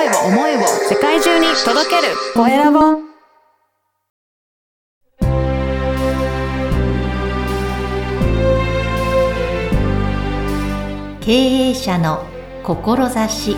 声を世界中に届けるコエラボ。 経営者の志。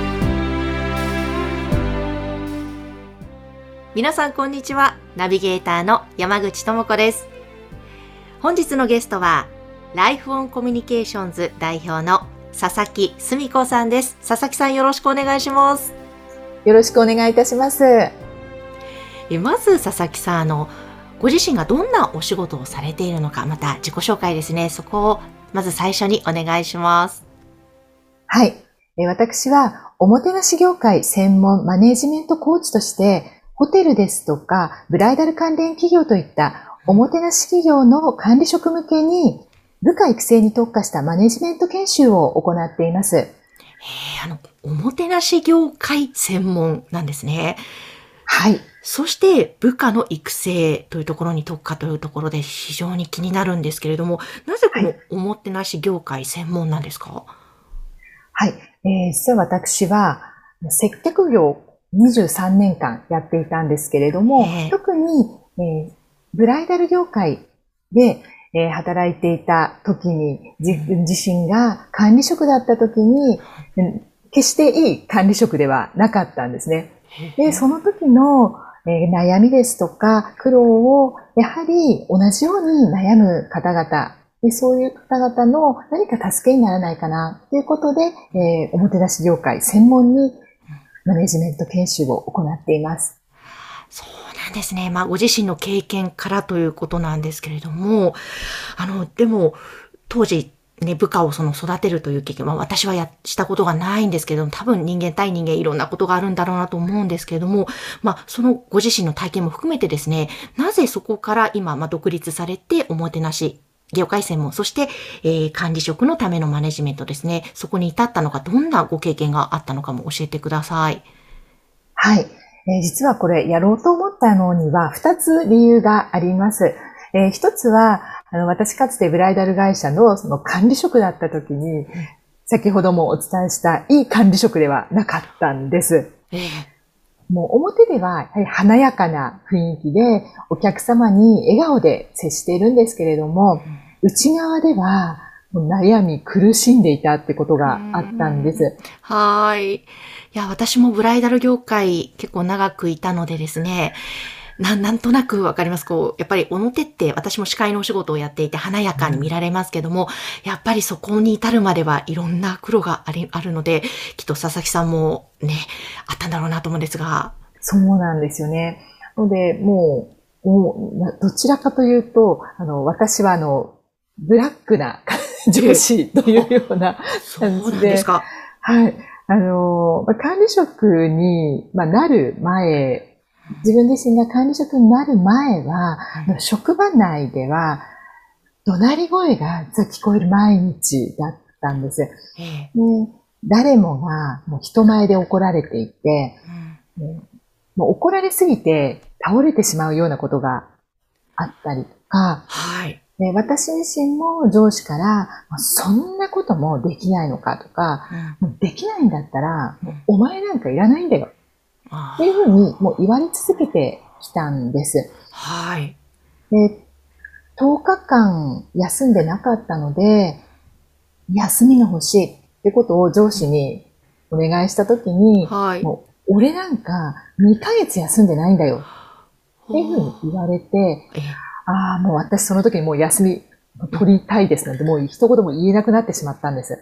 皆さんこんにちは。ナビゲーターの山口智子です。本日のゲストはライフオンコミュニケーションズ代表の佐々木澄子さんです。佐々木さん、よろしくお願いします。 よろしくお願いいたします。 まず佐々木さん、ご自身がどんなお仕事をされているのか、また自己紹介ですね。そこをまず最初にお願いします。 はい。私はおもてなし業界専門マネージメントコーチとして、ホテルですとかブライダル関連企業といったおもてなし企業の管理職向けに部下育成に特化したマネジメント研修を行っています。 おもてなし業界専門なんですね。 はい。 そして部下の育成というところに特化というところで非常に気になるんですけれども、なぜこのおもてなし業界専門なんですか？ はい。実は私は接客業23年間やっていたんですけれども、特に、ブライダル業界で働いていた時に、自分自身が管理職だった時に、決していい管理職ではなかったんですね。で、その時の、悩みですとか苦労を、やはり同じように悩む方々で、そういう方々の何か助けにならないかなということで、おもてなし業界専門にマネジメント研修を行っています。 そうなんですね。ご自身の経験からということなんですけれども、でも、当時、ね、部下を育てるという経験は、私はしたことがないんですけれども、多分人間対人間いろんなことがあるんだろうなと思うんですけれども、そのご自身の体験も含めてですね、なぜそこから今、独立されておもてなし業界専門、そして、管理職のためのマネジメントですね、そこに至ったのか、どんなご経験があったのかも教えてください。 はい。実はこれやろうと思ったのには2つ理由があります。一つは、私かつてブライダル会社のその管理職だった時に、先ほどもお伝えしたいい管理職ではなかったんです。もう表ではやはり華やかな雰囲気でお客様に笑顔で接しているんですけれども、内側では悩み苦しんでいたってことがあったんです。 はい。いや、私もブライダル業界結構長くいたのでですね、なんとなくわかります。やっぱり表って私も司会のお仕事をやっていて華やかに見られますけども、やっぱりそこに至るまではいろんな苦労があるので、きっと佐々木さんもね、あったんだろうなと思うんですが。 そうなんですよね。ので、もうどちらかというと、私はブラックな上司というような感じで。 そうなんですか。 はい。管理職に、なる前、自分自身が管理職になる前は、職場内では、怒鳴り声が聞こえる毎日だったんです。誰もがもう人前で怒られていて、もう怒られすぎて倒れてしまうようなことがあったりとか、私自身も上司から、そんなこともできないのかとか、できないんだったら、お前なんかいらないんだよ。っていうふうにもう言われ続けてきたんです。で、10日間休んでなかったので、休みが欲しいってことを上司にお願いしたときに、もう俺なんか2ヶ月休んでないんだよっていうふうに言われて、もう私その時にもう休み取りたいですなんてもう一言も言えなくなってしまったんです。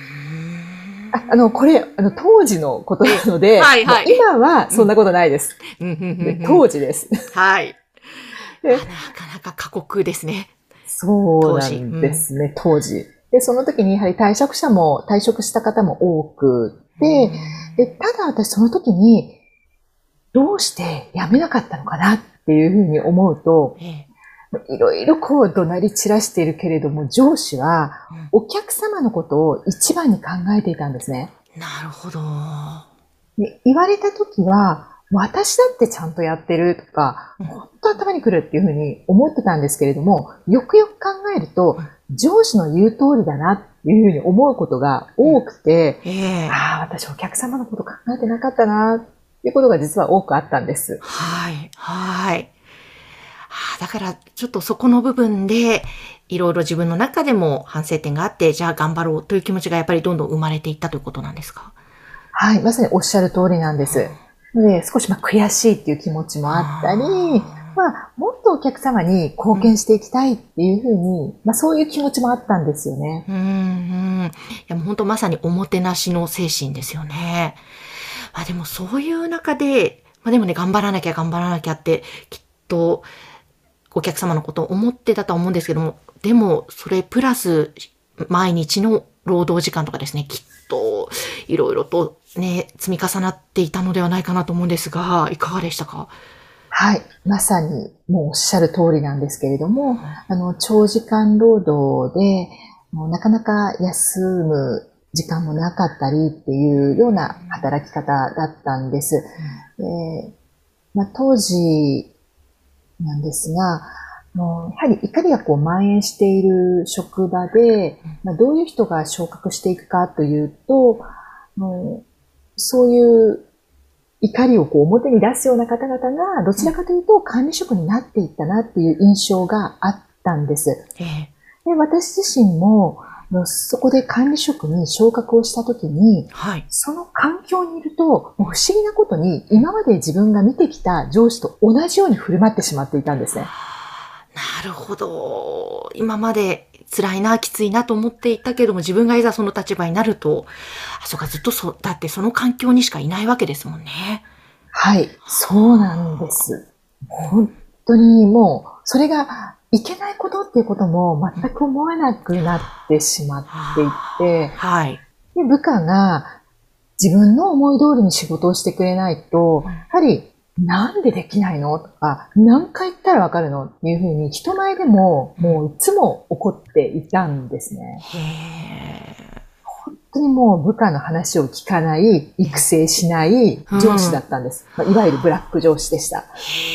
これ、当時のことなので、今はそんなことないです。当時です。 はい。なかなか過酷ですね。 そうなんですね、当時。で、その時にやはり退職した方も多くて、で、ただ私その時に、どうして辞めなかったのかなっていうふうに思うと、いろいろ怒鳴り散らしているけれども、上司はお客様のことを一番に考えていたんですね。 なるほど。 で、言われたときは、私だってちゃんとやってるとか、本当頭にくるっていうふうに思ってたんですけれども、よくよく考えると、上司の言う通りだないうふうに思うことが多くて、 ええ。 ああ、私お客様のこと考えてなかったな、っていうことが実は多くあったんです。 はい。はい。だからちょっとそこの部分で、いろいろ自分の中でも反省点があって、じゃあ頑張ろうという気持ちがやっぱりどんどん生まれていったということなんですか？ はい、まさにおっしゃる通りなんです。で、少し悔しいっていう気持ちもあったり、もっとお客様に貢献していきたいっていうふうに、そういう気持ちもあったんですよね。 いやもう本当まさにおもてなしの精神ですよね。でもそういう中で、でもね、頑張らなきゃ頑張らなきゃって、きっとお客様のことを思ってたとは思うんですけども、でもそれプラス毎日の労働時間とかですね、きっといろいろとね、積み重なっていたのではないかなと思うんですが、いかがでしたか？ はい。まさに、もうおっしゃる通りなんですけれども、長時間労働で、もうなかなか休む時間もなかったりっていうような働き方だったんです。当時なんですが、やはり怒りが蔓延している職場で、どういう人が昇格していくかというと、そういう怒りを表に出すような方々が、どちらかというと管理職になっていったなっていう印象があったんです。で、私自身も、そこで管理職に昇格をしたときに、その環境にいると、もう不思議なことに、今まで自分が見てきた上司と同じように振る舞ってしまっていたんですね。 なるほど。今まで辛いな、きついなと思っていたけども、自分がいざその立場になると、そうか、ずっとだってその環境にしかいないわけですもんね。 はい、そうなんです。本当にもう、それがいけないことっていうことも全く思わなくなってしまっていって、で、部下が自分の思い通りに仕事をしてくれないと、やはり、なんでできないのとか、何回言ったらわかるのっていうふうに、人前でももういつも怒っていたんですね。本当にもう部下の話を聞かない、育成しない上司だったんです。いわゆるブラック上司でした。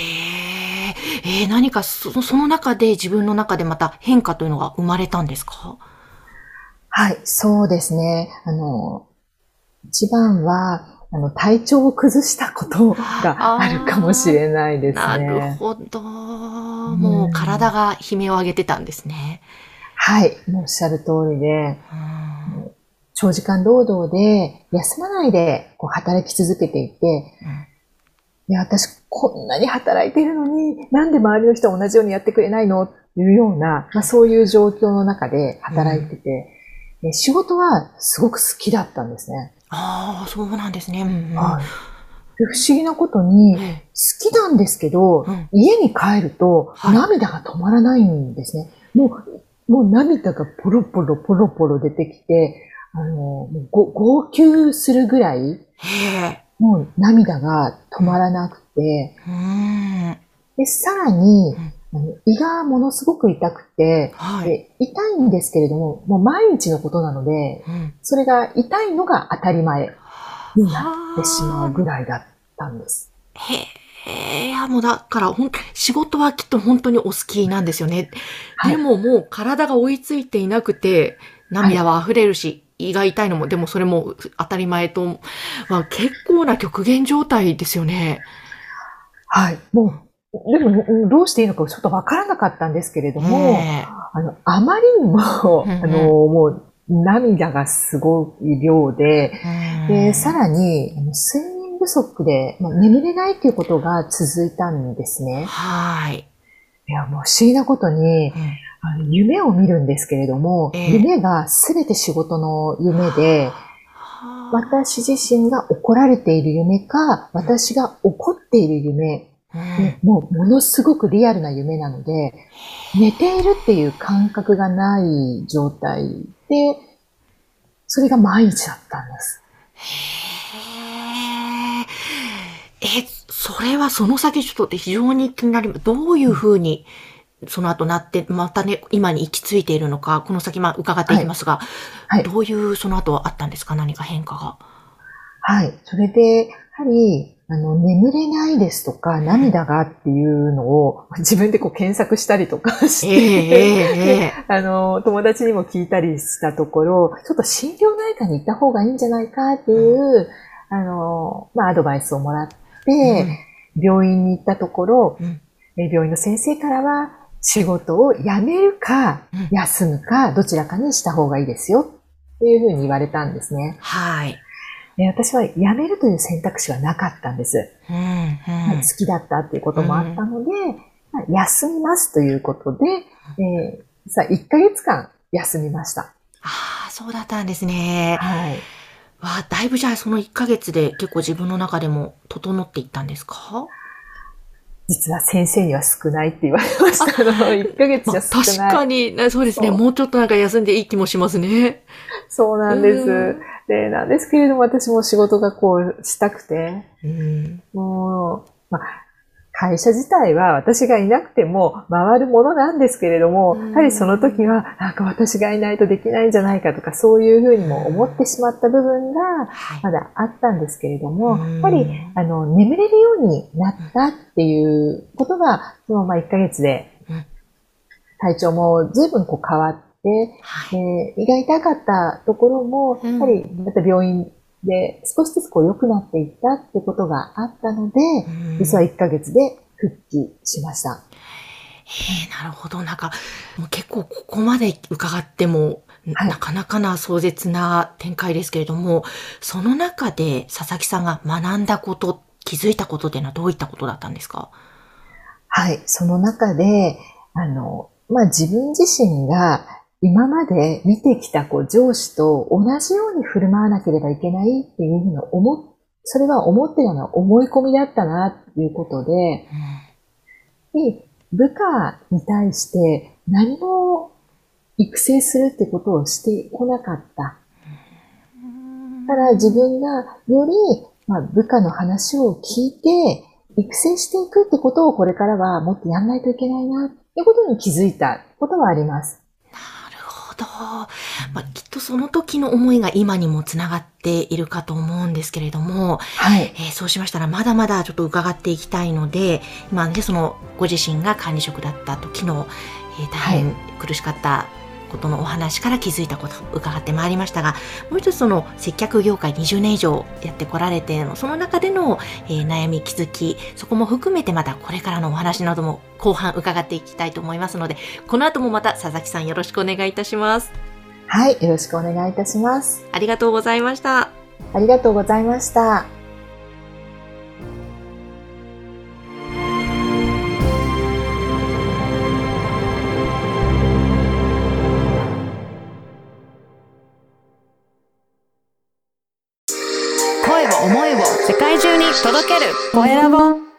何かその中で自分の中でまた変化というのが生まれたんですか？ はい、そうですね。一番は、体調を崩したことがあるかもしれないですね。 なるほど。もう体が悲鳴を上げてたんですね。 はい、もうおっしゃる通りで、長時間労働で休まないで働き続けていて、私こんなに働いているのに、なんで周りの人は同じようにやってくれないのっていうような、そういう状況の中で働いてて、仕事はすごく好きだったんですね。 そうなんですね。 不思議なことに、好きなんですけど、家に帰ると涙が止まらないんですね。もう涙がポロポロ出てきて、号泣するぐらい、もう涙が止まらなくて、で、さらに、胃がものすごく痛くて、痛いんですけれども、もう毎日のことなので、それが痛いのが当たり前になってしまうぐらいだったんです。 もうだから仕事はきっと本当にお好きなんですよね。でももう体が追いついていなくて、涙は溢れるし、胃が痛いのも、でもそれも当たり前と、結構な極限状態ですよね。 はい。もう、でも、どうしていいのかちょっとわからなかったんですけれども、あまりにも、もう、涙がすごい量で、で、さらに、睡眠不足で、眠れないということが続いたんですね。いや、もう不思議なことに、夢を見るんですけれども、夢がすべて仕事の夢で、私自身が怒られている夢か、私が怒っている夢、ものすごくリアルな夢なので、寝ているっていう感覚がない状態で、それが毎日だったんです。 それはその先ちょっと非常に気になります。どういうふうにその後なって、またね、今に行き着いているのか、この先伺っていきますが、どういうその後あったんですか？何か変化が。 はい。それで、やはり、 眠れないですとか、涙がっていうのを自分で検索したりとかして、友達にも聞いたりしたところ、ちょっと心療内科に行った方がいいんじゃないかっていう、アドバイスをもらって、病院に行ったところ、病院の先生からは、仕事を辞めるか、休むか、どちらかにした方がいいですよっていうふうに言われたんですね。 はい。 私は辞めるという選択肢はなかったんです。好きだったっていうこともあったので、休みますということで、1ヶ月間休みました。 ああ、そうだったんですね。 はい。 だいぶじゃあその1ヶ月で結構自分の中でも整っていったんですか？ 実は先生には少ないって言われました。1ヶ月じゃ少ない。 確かに、そうですね。もうちょっと休んでいい気もしますね。 そうなんです。で、なんですけれども、私も仕事がしたくて、もう、会社自体は私がいなくても回るものなんですけれども、やはりその時は、なんか私がいないとできないんじゃないかとか、そういうふうにも思ってしまった部分がまだあったんですけれども、やはり、眠れるようになったっていうことが、その1ヶ月で、体調も随分変わって、胃が痛かったところも、やはりまた病院で少しずつ良くなっていったってことがあったので、実は1ヶ月で復帰しました。 なるほど。もう結構ここまで伺っても、なかなかな壮絶な展開ですけれども、その中で佐々木さんが学んだこと、気づいたことっていうのはどういったことだったんですか？ はい、その中で、自分自身が今まで見てきた上司と同じように振る舞わなければいけないっていうふうにそれは思ってたのは思い込みだったなっていうことで、部下に対して何も育成するってことをしてこなかった。だから自分がより、部下の話を聞いて育成していくってことをこれからはもっとやんないといけないなってことに気づいたことはあります。 なるほど。きっとその時の思いが今にもつながっているかと思うんですけれども、そうしましたらまだまだちょっと伺っていきたいので、今ね、そのご自身が管理職だった時の、大変苦しかったことのお話から気づいたことを伺ってまいりましたが、もう一つその接客業界20年以上やってこられて、その中での、悩み気づき、そこも含めてまたこれからのお話なども後半伺っていきたいと思いますので、この後もまた佐々木さんよろしくお願いいたします。 はい、よろしくお願いいたします。 ありがとうございました。 ありがとうございました。 声を思いを世界中に届けるコエラボ。